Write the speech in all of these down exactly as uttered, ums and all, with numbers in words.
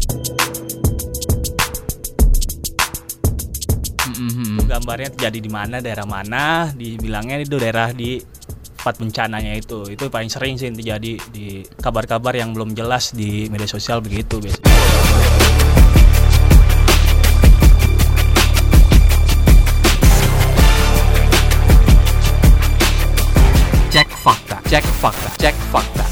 Mm-hmm. Gambarnya terjadi di mana, daerah mana, dibilangnya itu daerah di tempat bencananya itu. Itu paling sering sih terjadi di kabar-kabar yang belum jelas di media sosial begitu biasanya. Cek fakta, cek fakta, cek fakta.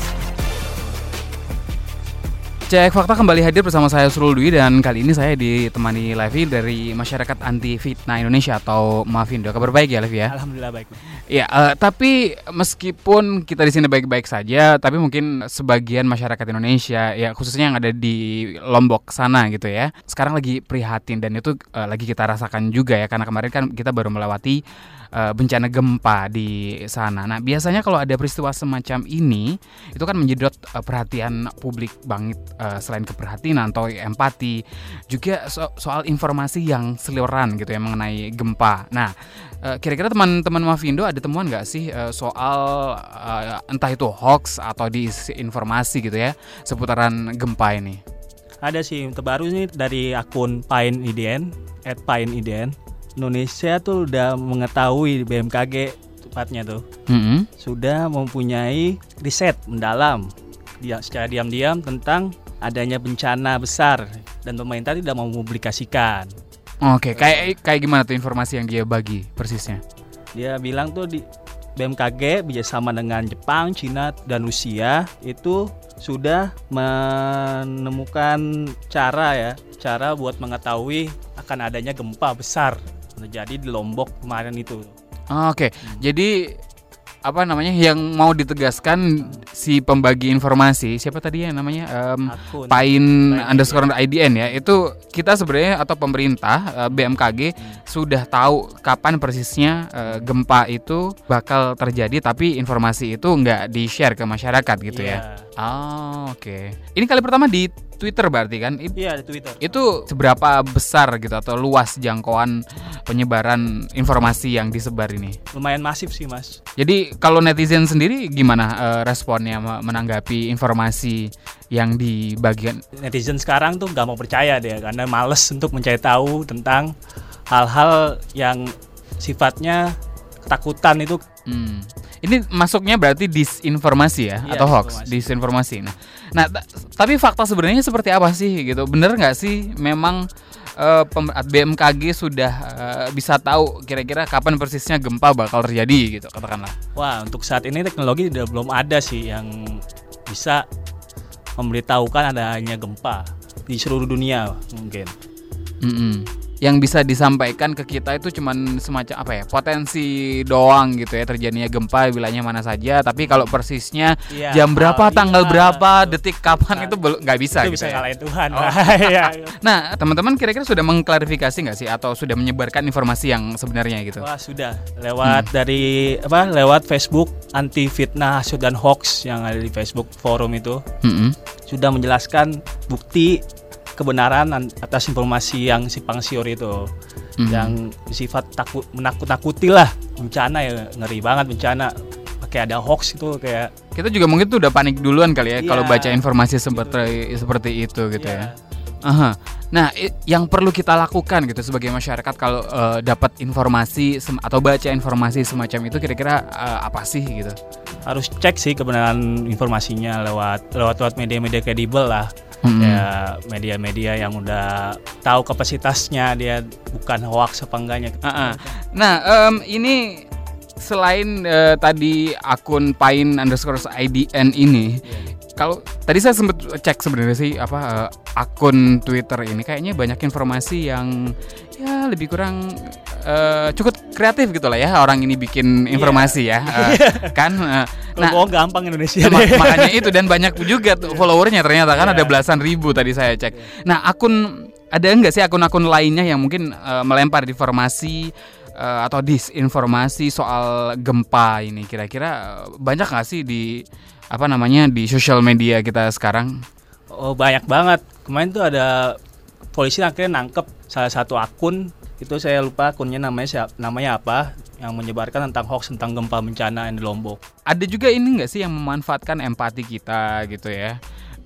Cek fakta kembali hadir bersama saya Surul Dwi, dan kali ini saya ditemani Levi dari Masyarakat Anti Fitnah Indonesia atau Mafindo. Kabar baik ya Levi ya? Alhamdulillah baik. Ya, uh, tapi meskipun kita di sini baik-baik saja, tapi mungkin sebagian masyarakat Indonesia ya khususnya yang ada di Lombok sana gitu ya, sekarang lagi prihatin, dan itu uh, lagi kita rasakan juga ya, karena kemarin kan kita baru melewati uh, bencana gempa di sana. Nah, biasanya kalau ada peristiwa semacam ini itu kan menjedot uh, perhatian publik banget, uh, selain keprihatinan atau empati, juga so- soal informasi yang seliweran gitu ya mengenai gempa. Nah, uh, kira-kira teman-teman Mafindo ada temuan nggak sih uh, soal uh, entah itu hoax atau disinformasi gitu ya seputaran gempa ini? Ada sih, terbaru nih dari akun Pain I D N, at Pain I D N. Indonesia tuh udah mengetahui, B M K G tepatnya tuh, mm-hmm. sudah mempunyai riset mendalam dia, secara diam-diam tentang adanya bencana besar, dan pemerintah tidak mau mempublikasikan. Oke, okay. kayak kayak gimana tuh informasi yang dia bagi persisnya? Dia bilang tuh di B M K G bekerjasama dengan Jepang, Cina, dan Rusia itu sudah menemukan cara ya, cara buat mengetahui akan adanya gempa besar terjadi di Lombok kemarin itu. Oke, okay. hmm. jadi apa namanya yang mau ditegaskan si pembagi informasi, siapa tadi ya namanya, um, Pain underscore I D N ya, itu kita sebenarnya atau pemerintah uh, B M K G hmm. sudah tahu kapan persisnya uh, gempa itu bakal terjadi, tapi informasi itu nggak di-share ke masyarakat gitu yeah. ya. Oh, oke. Okay. Ini kali pertama di Twitter berarti kan? Iya, di Twitter. Itu seberapa besar gitu atau luas jangkauan penyebaran informasi yang disebar ini? Lumayan masif sih, Mas. Jadi kalau netizen sendiri gimana uh, responnya menanggapi informasi yang dibagikan? Netizen sekarang tuh nggak mau percaya deh, karena males untuk mencari tahu tentang hal-hal yang sifatnya ketakutan itu. Hmm. Ini masuknya berarti disinformasi ya, iya, atau hoax, disinformasi. Nah, nah t- tapi fakta sebenarnya seperti apa sih gitu? Bener nggak sih memang uh, B M K G sudah uh, bisa tahu kira-kira kapan persisnya gempa bakal terjadi gitu, katakanlah? Wah, untuk saat ini teknologi udah belum ada sih yang bisa memberitahukan adanya gempa di seluruh dunia mungkin. Mm-hmm. Yang bisa disampaikan ke kita itu cuman semacam apa ya, potensi doang gitu ya, terjadinya gempa wilayahnya mana saja, tapi kalau persisnya ya, jam berapa, tanggal iya, berapa, detik kapan, nah, itu belum, nggak bisa itu gitu bisa ya. ngalahin Tuhan. Oh. Nah, teman-teman kira-kira sudah mengklarifikasi nggak sih atau sudah menyebarkan informasi yang sebenarnya gitu? Wah, sudah lewat hmm. dari apa lewat Facebook Anti Fitnah Hasut dan Hoax yang ada di Facebook forum itu, hmm. sudah menjelaskan bukti kebenaran atas informasi yang simpang siur itu, mm-hmm. yang sifat takut menakut-nakuti lah, bencana ya, ngeri banget bencana, pakai ada hoax itu kayak kita juga mungkin tuh udah panik duluan kali ya, yeah. kalau baca informasi seperti seperti itu gitu yeah. ya. Aha. Nah, i- yang perlu kita lakukan gitu sebagai masyarakat kalau uh, dapat informasi sem- atau baca informasi semacam itu, kira-kira uh, apa sih gitu? Harus cek sih kebenaran informasinya lewat lewat lewat media-media kredibel lah. Hmm. Ya, media-media yang udah tahu kapasitasnya dia bukan hoax apa enggaknya. Uh-uh. Nah, um, ini selain uh, tadi akun Pain underscore I D N ini, yeah. kalau tadi saya sempat cek sebenarnya sih apa uh, akun Twitter ini kayaknya banyak informasi yang ya lebih kurang uh, cukup kreatif gitu lah ya, orang ini bikin informasi yeah. ya, uh, kan. Uh, Nah, oh gampang Indonesia. Mak- makanya itu, dan banyak juga tuh followernya ternyata kan yeah. ada belasan ribu tadi saya cek. Yeah. Nah, akun ada enggak sih akun-akun lainnya yang mungkin uh, melempar informasi uh, atau disinformasi soal gempa ini? Kira-kira banyak nggak sih di apa namanya di sosial media kita sekarang? Oh, banyak banget. Kemarin tuh ada polisi akhirnya nangkep salah satu akun, itu saya lupa akunnya namanya namanya apa, yang menyebarkan tentang hoax tentang gempa bencana yang di Lombok. Ada juga ini nggak sih yang memanfaatkan empati kita gitu ya,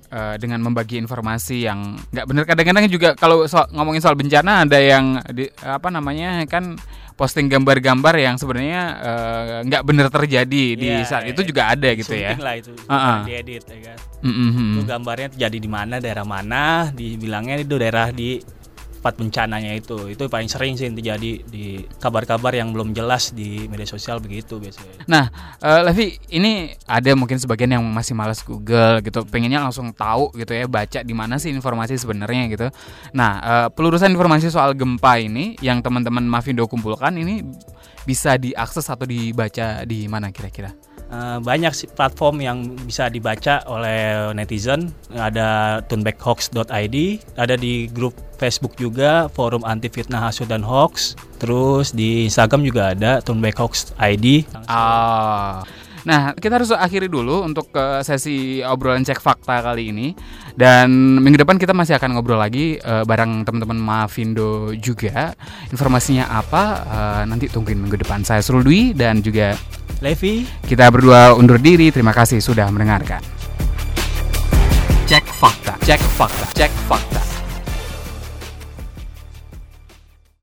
uh, dengan membagi informasi yang nggak benar. Kadang-kadang juga kalau soal, ngomongin soal bencana ada yang di, apa namanya kan posting gambar-gambar yang sebenarnya uh, nggak benar terjadi di yeah, saat itu juga ada gitu ya. Lah itu, uh-uh. diedit ya kan. Mm-hmm. Itu gambarnya terjadi di mana, daerah mana, dibilangnya itu daerah di tempat bencananya itu. Itu paling sering sih terjadi di kabar-kabar yang belum jelas di media sosial begitu biasanya. Nah, uh, Levi, ini ada mungkin sebagian yang masih malas Google gitu, pengennya langsung tahu gitu ya, baca di mana sih informasi sebenarnya gitu. Nah, uh, pelurusan informasi soal gempa ini yang teman-teman Mavindo kumpulkan ini bisa diakses atau dibaca di mana kira-kira? Uh, banyak sih platform yang bisa dibaca oleh netizen. Ada tunbackhoax dot i d, ada di grup Facebook juga, forum anti fitnah hasut dan hoax. Terus di Instagram juga ada tunbackhoax dot i d. Ah. Nah, kita harus akhiri dulu untuk uh, sesi obrolan cek fakta kali ini. Dan minggu depan kita masih akan ngobrol lagi uh, bareng teman-teman Mavindo juga. Informasinya apa? Uh, nanti tungguin minggu depan. Saya Surul Dwi dan juga Levi. Kita berdua undur diri. Terima kasih sudah mendengarkan. Cek fakta. Cek fakta. Cek fakta.